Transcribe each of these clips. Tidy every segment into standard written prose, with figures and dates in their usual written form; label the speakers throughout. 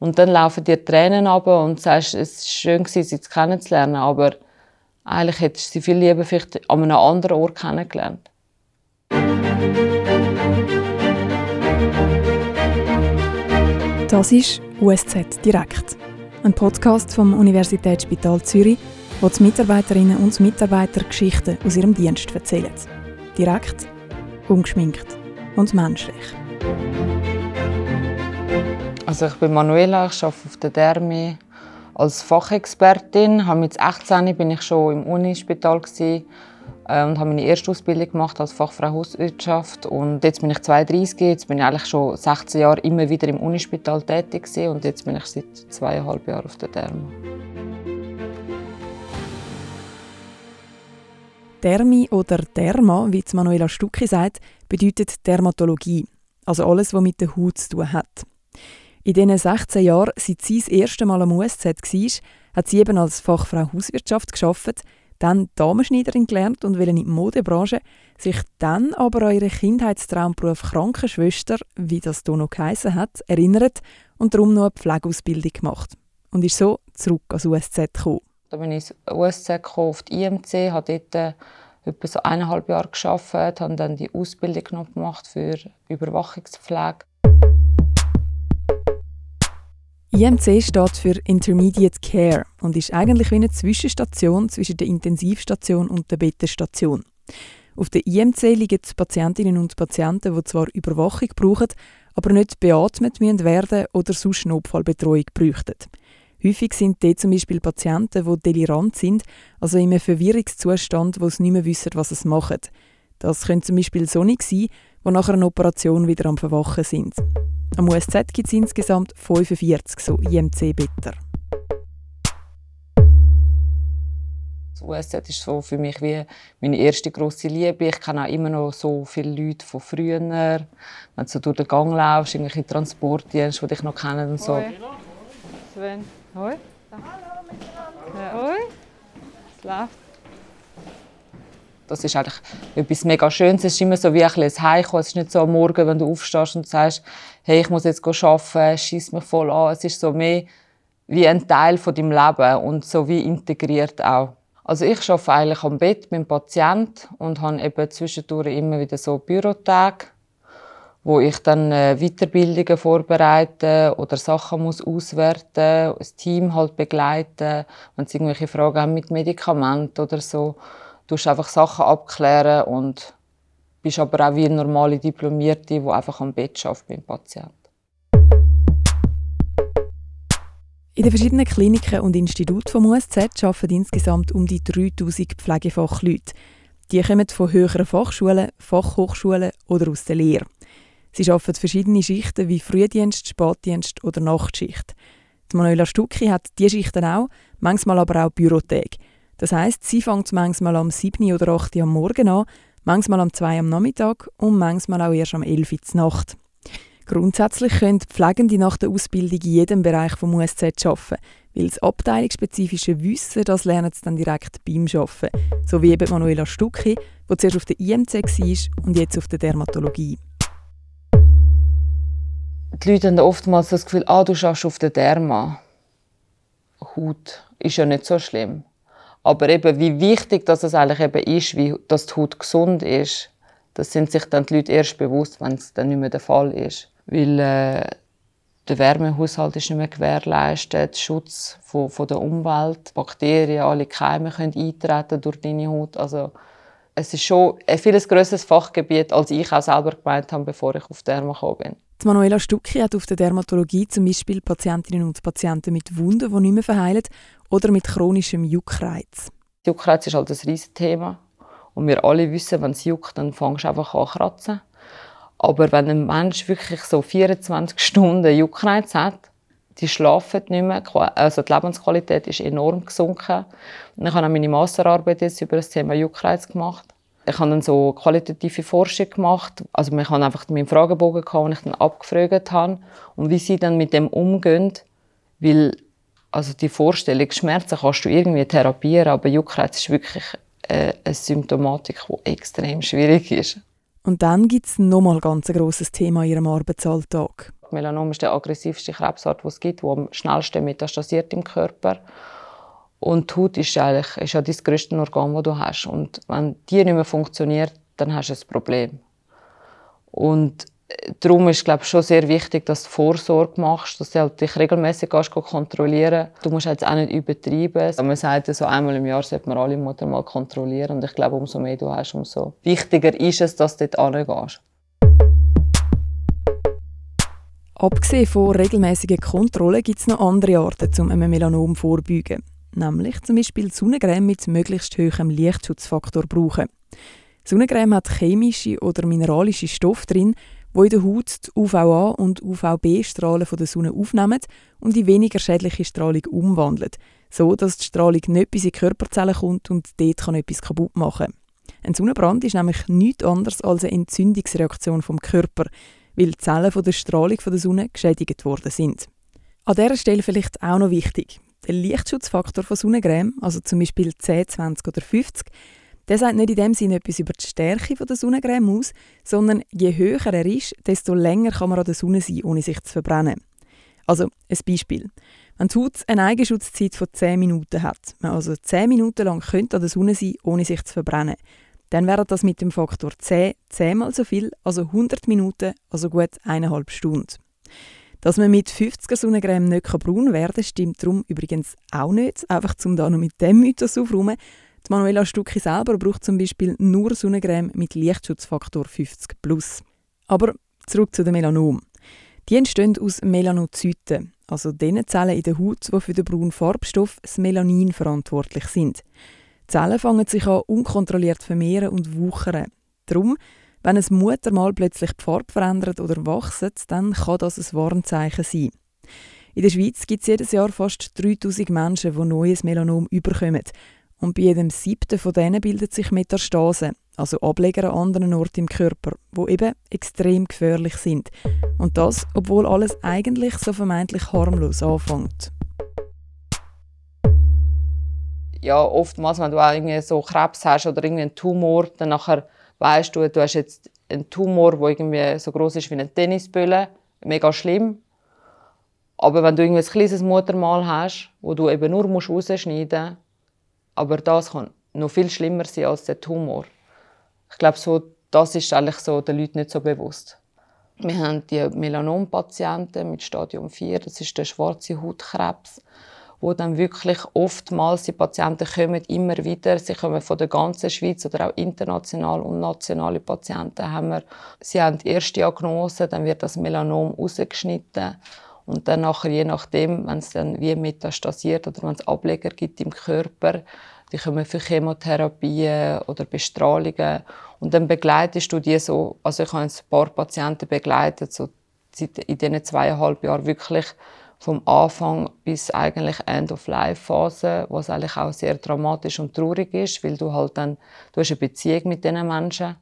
Speaker 1: Und dann laufen dir Tränen runter und sagst, es war schön, sie kennenzulernen, aber eigentlich hättest du sie viel lieber vielleicht an einem anderen Ort kennengelernt.
Speaker 2: Das ist USZ Direkt, ein Podcast vom Universitätsspital Zürich, wo die Mitarbeiterinnen und Mitarbeiter Geschichten aus ihrem Dienst erzählen. Direkt, ungeschminkt und menschlich.
Speaker 1: Also ich bin Manuela, ich arbeite auf der Dermi als Fachexpertin. Mit 18 bin ich schon im Unispital und habe meine erste Ausbildung gemacht als Fachfrau Hauswirtschaft. Und jetzt bin ich 32, jetzt bin ich eigentlich schon 16 Jahre immer wieder im Unispital tätig und jetzt bin ich seit 2,5 Jahren auf der Derma.
Speaker 2: Dermi oder Derma, wie Manuela Stucki sagt, bedeutet Dermatologie, also alles, was mit der Haut zu tun hat. In diesen 16 Jahren, seit sie das erste Mal am USZ war, hat sie eben als Fachfrau Hauswirtschaft gearbeitet, dann Damenschneiderin gelernt und in die Modebranche, sich dann aber an ihren Kindheitstraumberuf Krankenschwester, wie das hier noch geheissen hat, erinnert und darum noch eine Pflegeausbildung gemacht. Und ist so zurück ans USZ gekommen.
Speaker 1: Da bin ich ins USZ gekommen, auf die IMC, habe dort etwa so 1,5 Jahre gearbeitet, habe dann die Ausbildung noch gemacht für Überwachungspflege.
Speaker 2: IMC steht für Intermediate Care und ist eigentlich wie eine Zwischenstation zwischen der Intensivstation und der Bettenstation. Auf der IMC liegen die Patientinnen und Patienten, die zwar Überwachung brauchen, aber nicht beatmet werden oder sonst Notfallbetreuung bräuchten. Häufig sind dort zum Beispiel Patienten, die delirant sind, also in einem Verwirrungszustand, wo sie nicht mehr wissen, was sie machen. Das können zum Beispiel solche sein, die nach einer Operation wieder am Verwachen sind. Am USZ gibt es insgesamt 45 so IMC-Better.
Speaker 1: Das USZ ist so für mich wie meine erste grosse Liebe. Ich kenne auch immer noch so viele Leute von früher. Wenn du so durch den Gang laufst, irgendwelche Transportdienste, die dich noch kennen und so.
Speaker 3: Hoi. Sven. Hoi. Hallo miteinander. Hoi. Es läuft.
Speaker 1: Das ist eigentlich etwas mega Schönes. Es ist immer so wie ein Heimkommen. Es ist nicht so am Morgen, wenn du aufstehst und sagst, hey, ich muss jetzt arbeiten, es schiesst mich voll an. Es ist so mehr wie ein Teil von deinem Leben und so wie integriert auch. Also ich arbeite eigentlich am Bett mit dem Patienten und habe eben zwischendurch immer wieder so Bürotage, wo ich dann Weiterbildungen vorbereite oder Sachen muss auswerten, das Team halt begleiten, wenn sie irgendwelche Fragen haben mit Medikamenten oder so. Du musst einfach Sachen abklären und bist aber auch wie eine normale Diplomierte, die einfach am Bett arbeitet mit dem Patienten.
Speaker 2: In den verschiedenen Kliniken und Instituten vom USZ arbeiten insgesamt um die 3000 Pflegefachleute. Die kommen von höheren Fachschulen, Fachhochschulen oder aus der Lehre. Sie arbeiten verschiedene Schichten wie Frühdienst, Spätdienst oder Nachtschicht. Die Manuela Stucki hat diese Schichten auch, manchmal aber auch Bürotage. Das heisst, sie fängt manchmal am 7 oder 8 am Morgen an, manchmal am 2 am Nachmittag und manchmal auch erst am 11 Uhr Nacht. Grundsätzlich können Pflegende nach der Ausbildung in jedem Bereich des USZ arbeiten, weil das abteilungsspezifische Wissen, das lernen sie dann direkt beim Arbeiten. So wie eben Manuela Stucki, die zuerst auf der IMC war und jetzt auf der Dermatologie.
Speaker 1: Die Leute haben oftmals das Gefühl, du arbeitest auf der Derma. Haut ist ja nicht so schlimm. Aber eben, wie wichtig das eigentlich eben ist, dass die Haut gesund ist, das sind sich dann die Leute erst bewusst, wenn es dann nicht mehr der Fall ist. Weil der Wärmehaushalt ist nicht mehr gewährleistet, der Schutz von der Umwelt, Bakterien, alle Keime können eintreten durch deine Haut. Also, es ist schon ein viel grösseres Fachgebiet, als ich auch selber gemeint habe, bevor ich auf Derma gekommen bin.
Speaker 2: Die Manuela Stucki hat auf der Dermatologie zum Beispiel Patientinnen und Patienten mit Wunden, die nicht mehr verheilen, oder mit chronischem Juckreiz.
Speaker 1: Juckreiz ist halt ein riesiges Thema. Und wir alle wissen, wenn es juckt, dann fängst du einfach an zu kratzen. Aber wenn ein Mensch wirklich so 24 Stunden Juckreiz hat, die schlafen nicht mehr, also die Lebensqualität ist enorm gesunken. Und ich habe auch meine Masterarbeit jetzt über das Thema Juckreiz gemacht. Ich habe dann so qualitative Forschung gemacht. Also ich habe einfach meinen Fragebogen gehabt, den ich dann abgefragt habe. Und wie sie dann mit dem umgehen. Weil also die Vorstellung, Schmerzen kannst du irgendwie therapieren, aber Juckreiz ist wirklich eine Symptomatik, die extrem schwierig ist.
Speaker 2: Und dann gibt es nochmal ganz ein grosses Thema in ihrem Arbeitsalltag.
Speaker 1: Melanom ist der aggressivste Krebsart, den es gibt, der am schnellsten metastasiert im Körper. Und die Haut ist ja das grösste Organ, das du hast. Und wenn die nicht mehr funktioniert, dann hast du ein Problem. Und darum ist es schon sehr wichtig, dass du Vorsorge machst, dass du halt dich regelmäßig kontrollieren kannst. Du musst jetzt auch nicht übertreiben. Man sagt, so einmal im Jahr sollte man alle Mutter mal kontrollieren. Und ich glaube, umso mehr du hast, umso wichtiger ist es, dass du dort hingehst.
Speaker 2: Abgesehen von regelmäßigen Kontrollen gibt es noch andere Arten, um einem Melanom vorzubeugen. Nämlich zum Beispiel Sonnencreme mit möglichst hohem Lichtschutzfaktor brauchen. Sonnencreme hat chemische oder mineralische Stoffe drin, die in der Haut die UVA- und UVB-Strahlen der Sonne aufnehmen und in weniger schädliche Strahlung umwandeln, so dass die Strahlung nicht bis in die Körperzellen kommt und dort kann etwas kaputt machen kann. Ein Sonnenbrand ist nämlich nichts anderes als eine Entzündungsreaktion vom Körper, weil die Zellen von der Strahlung der Sonne geschädigt worden sind. An dieser Stelle vielleicht auch noch wichtig: der Lichtschutzfaktor von Sonnencreme, also zum Beispiel 10, 20 oder 50, der sagt nicht in dem Sinne etwas über die Stärke der Sonnencreme aus, sondern je höher er ist, desto länger kann man an der Sonne sein, ohne sich zu verbrennen. Also ein Beispiel. Wenn die Haut eine Eigenschutzzeit von 10 Minuten hat, man also 10 Minuten lang könnte an der Sonne sein, ohne sich zu verbrennen, dann wäre das mit dem Faktor 10 10-mal so viel, also 100 Minuten, also gut 1,5 Stunden. Dass man mit 50er Sonnencreme nicht braun werden kann, stimmt darum übrigens auch nicht. Einfach um da noch mit dem Mythos aufzuräumen. Die Manuela Stucki selber braucht zum Beispiel nur Sonnencreme mit Lichtschutzfaktor 50+. Aber zurück zu den Melanom. Die entstehen aus Melanozyten, also den Zellen in der Haut, die für den braunen Farbstoff, das Melanin, verantwortlich sind. Die Zellen fangen sich an, unkontrolliert vermehren und wuchern. Darum, wenn ein Muttermal plötzlich die Farbe verändert oder wächst, dann kann das ein Warnzeichen sein. In der Schweiz gibt es jedes Jahr fast 3000 Menschen, die neues Melanom überkommen. Und bei jedem 7. von denen bildet sich Metastase, also Ableger an anderen Orten im Körper, die eben extrem gefährlich sind. Und das, obwohl alles eigentlich so vermeintlich harmlos anfängt.
Speaker 1: Ja, oftmals, wenn du auch irgendwie so Krebs hast oder irgendwie einen Tumor, dann nachher weißt du, du hast jetzt einen Tumor, der irgendwie so groß ist wie ein Tennisbälle, mega schlimm. Aber wenn du irgendwie ein kleines Muttermal hast, wo du eben nur rausschneiden musst, aber das kann noch viel schlimmer sein als der Tumor. Ich glaube, so, das ist eigentlich so den Leuten nicht so bewusst. Wir haben die Melanompatienten mit Stadium 4, das ist der schwarze Hautkrebs, wo dann wirklich oftmals die Patienten kommen, immer wieder. Sie kommen von der ganzen Schweiz oder auch international und nationale Patienten haben wir. Sie haben die erste Diagnose, dann wird das Melanom rausgeschnitten. Und dann nachher, je nachdem, wenn es dann wie metastasiert oder wenn es Ableger gibt im Körper, die kommen für Chemotherapien oder Bestrahlungen. Und dann begleitest du die so, also ich habe ein paar Patienten begleitet, so in diesen 2,5 Jahren wirklich vom Anfang bis eigentlich End-of-Life-Phase, was eigentlich auch sehr dramatisch und traurig ist, weil du halt dann, du hast eine Beziehung mit diesen Menschen.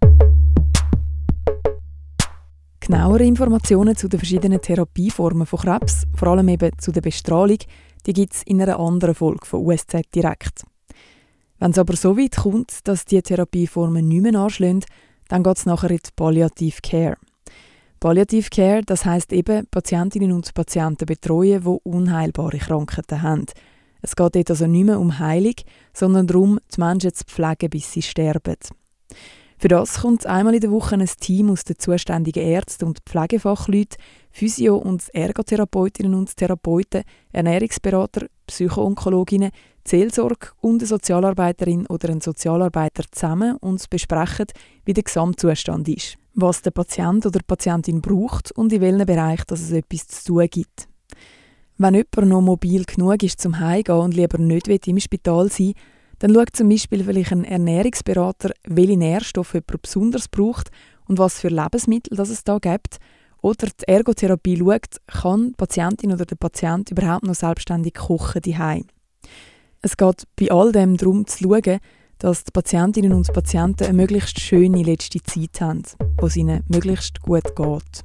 Speaker 2: Genauere Informationen zu den verschiedenen Therapieformen von Krebs, vor allem eben zu der Bestrahlung, die gibt es in einer anderen Folge von USZ direkt. Wenn es aber so weit kommt, dass die Therapieformen nicht mehr anschlagen, dann geht es nachher in die Palliative Care. Palliative Care, das heisst eben, Patientinnen und Patienten betreuen, die unheilbare Krankheiten haben. Es geht dort also nicht mehr um Heilung, sondern darum, die Menschen zu pflegen, bis sie sterben. Für das kommt einmal in der Woche ein Team aus den zuständigen Ärzten und Pflegefachleuten, Physio- und Ergotherapeutinnen und Therapeuten, Ernährungsberater, Psychoonkologinnen, Seelsorge und eine Sozialarbeiterin oder ein Sozialarbeiter zusammen und besprechen, wie der Gesamtzustand ist, was der Patient oder die Patientin braucht und in welchem Bereich dass es etwas zu tun gibt. Wenn jemand noch mobil genug ist zum Heimgehen und lieber nicht im Spital sein will, dann schaut zum Beispiel vielleicht ein Ernährungsberater, welche Nährstoffe jemand besonders braucht und was für Lebensmittel das es da gibt. Oder die Ergotherapie schaut, kann die Patientin oder der Patient überhaupt noch selbstständig kochen daheim. Es geht bei all dem darum zu schauen, dass die Patientinnen und Patienten eine möglichst schöne letzte Zeit haben, wo es ihnen möglichst gut geht.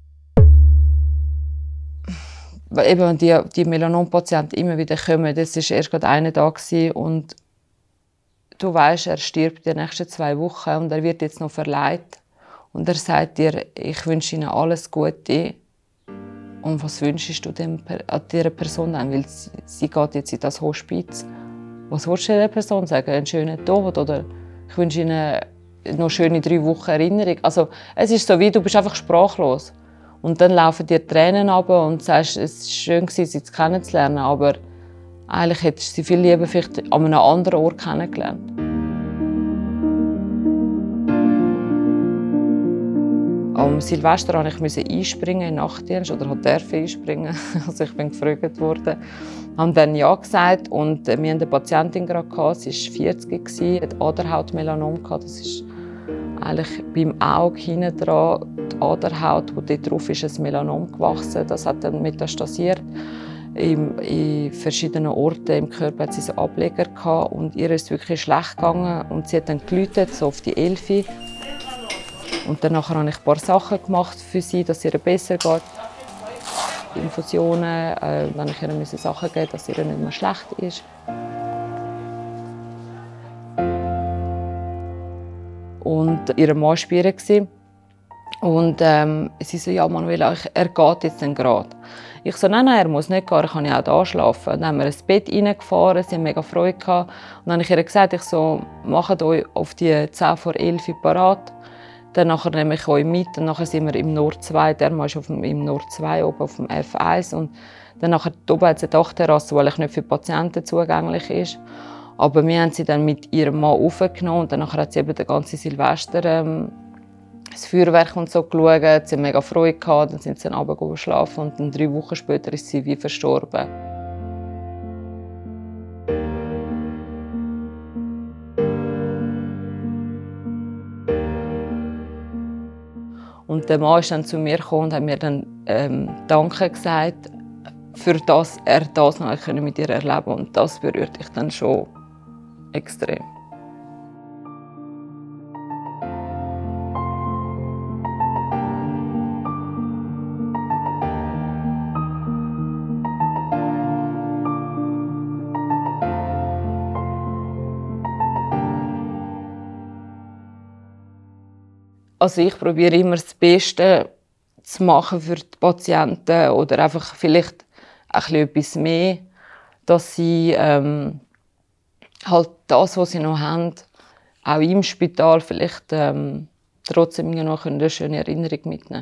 Speaker 1: Eben, die Melanompatienten immer wieder kommen, das war erst gerade einer da und du weißt, er stirbt die nächsten 2 Wochen und er wird jetzt noch verleiht. Und er sagt dir, ich wünsche Ihnen alles Gute. Und was wünschst du dieser Person dann? Weil sie geht jetzt in das Hospiz. Was willst du dieser Person sagen? Einen schönen Tod? Oder ich wünsche ihnen noch schöne 3 Wochen Erinnerung. Also, es ist so, wie du bist einfach sprachlos. Und dann laufen dir Tränen runter und sagst, es war schön, sie kennenzulernen, aber eigentlich hättest du sie viel lieber vielleicht an einem anderen Ort kennengelernt. Am Silvester musste ich einspringen in den Nachtdienst oder durfte einspringen. Also ich bin gefragt worden. Ich habe dann ja gesagt und wir hatten eine Patientin gerade, sie war 40, hat Aderhautmelanom. Das ist eigentlich beim Auge hinten dran, die Aderhaut, die dort drauf ist, ein Melanom gewachsen. Das hat dann metastasiert. In verschiedenen Orten im Körper hat sie so Ableger gehabt und ihr ist es wirklich schlecht gegangen und sie hat dann geläutet, so auf die 11. Und dann habe ich ein paar Sachen gemacht für sie, dass es ihr besser geht. Infusionen, dann musste ich ihr Sachen geben, dass es ihr nicht mehr schlecht ist. Und ihr Mann war bei ihr. Und sie so, ja Manuela, er geht jetzt dann gerade. Ich so, nein, er muss nicht gehen, er kann ja auch da schlafen. Dann haben wir ins Bett reingefahren, sie haben mega Freude gehabt. Und dann habe ich ihr gesagt, ich so, macht euch auf die 10 vor 11 parat. Dann nehme ich euch mit und dann sind wir im Nord 2, der Mann ist im Nord 2 oben auf dem F1 und dann oben hat es eine Dachterrasse, die nicht für Patienten zugänglich ist. Aber wir haben sie dann mit ihrem Mann aufgenommen und dann hat sie eben den ganzen Silvester das Feuerwerk und so geschaut, sie haben mega Freude gehabt, dann sind sie dann runter geschlafen und dann 3 Wochen später ist sie wie verstorben. Und der Mann ist dann zu mir gekommen und hat mir dann Danke gesagt, für das er das noch mit ihr erleben konnte. Und das berührt mich dann schon extrem. Also ich probiere immer das Beste zu machen für die Patienten oder einfach vielleicht etwas mehr, dass sie halt das, was sie noch haben, auch im Spital vielleicht trotzdem noch eine schöne Erinnerung mitnehmen.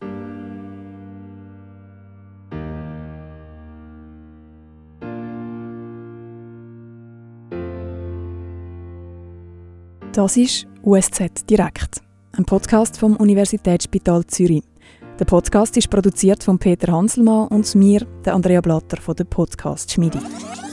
Speaker 2: Das ist USZ Direkt, ein Podcast vom Universitätsspital Zürich. Der Podcast ist produziert von Peter Hanselmann und mir, der Andrea Blatter von der Podcast Schmiedi.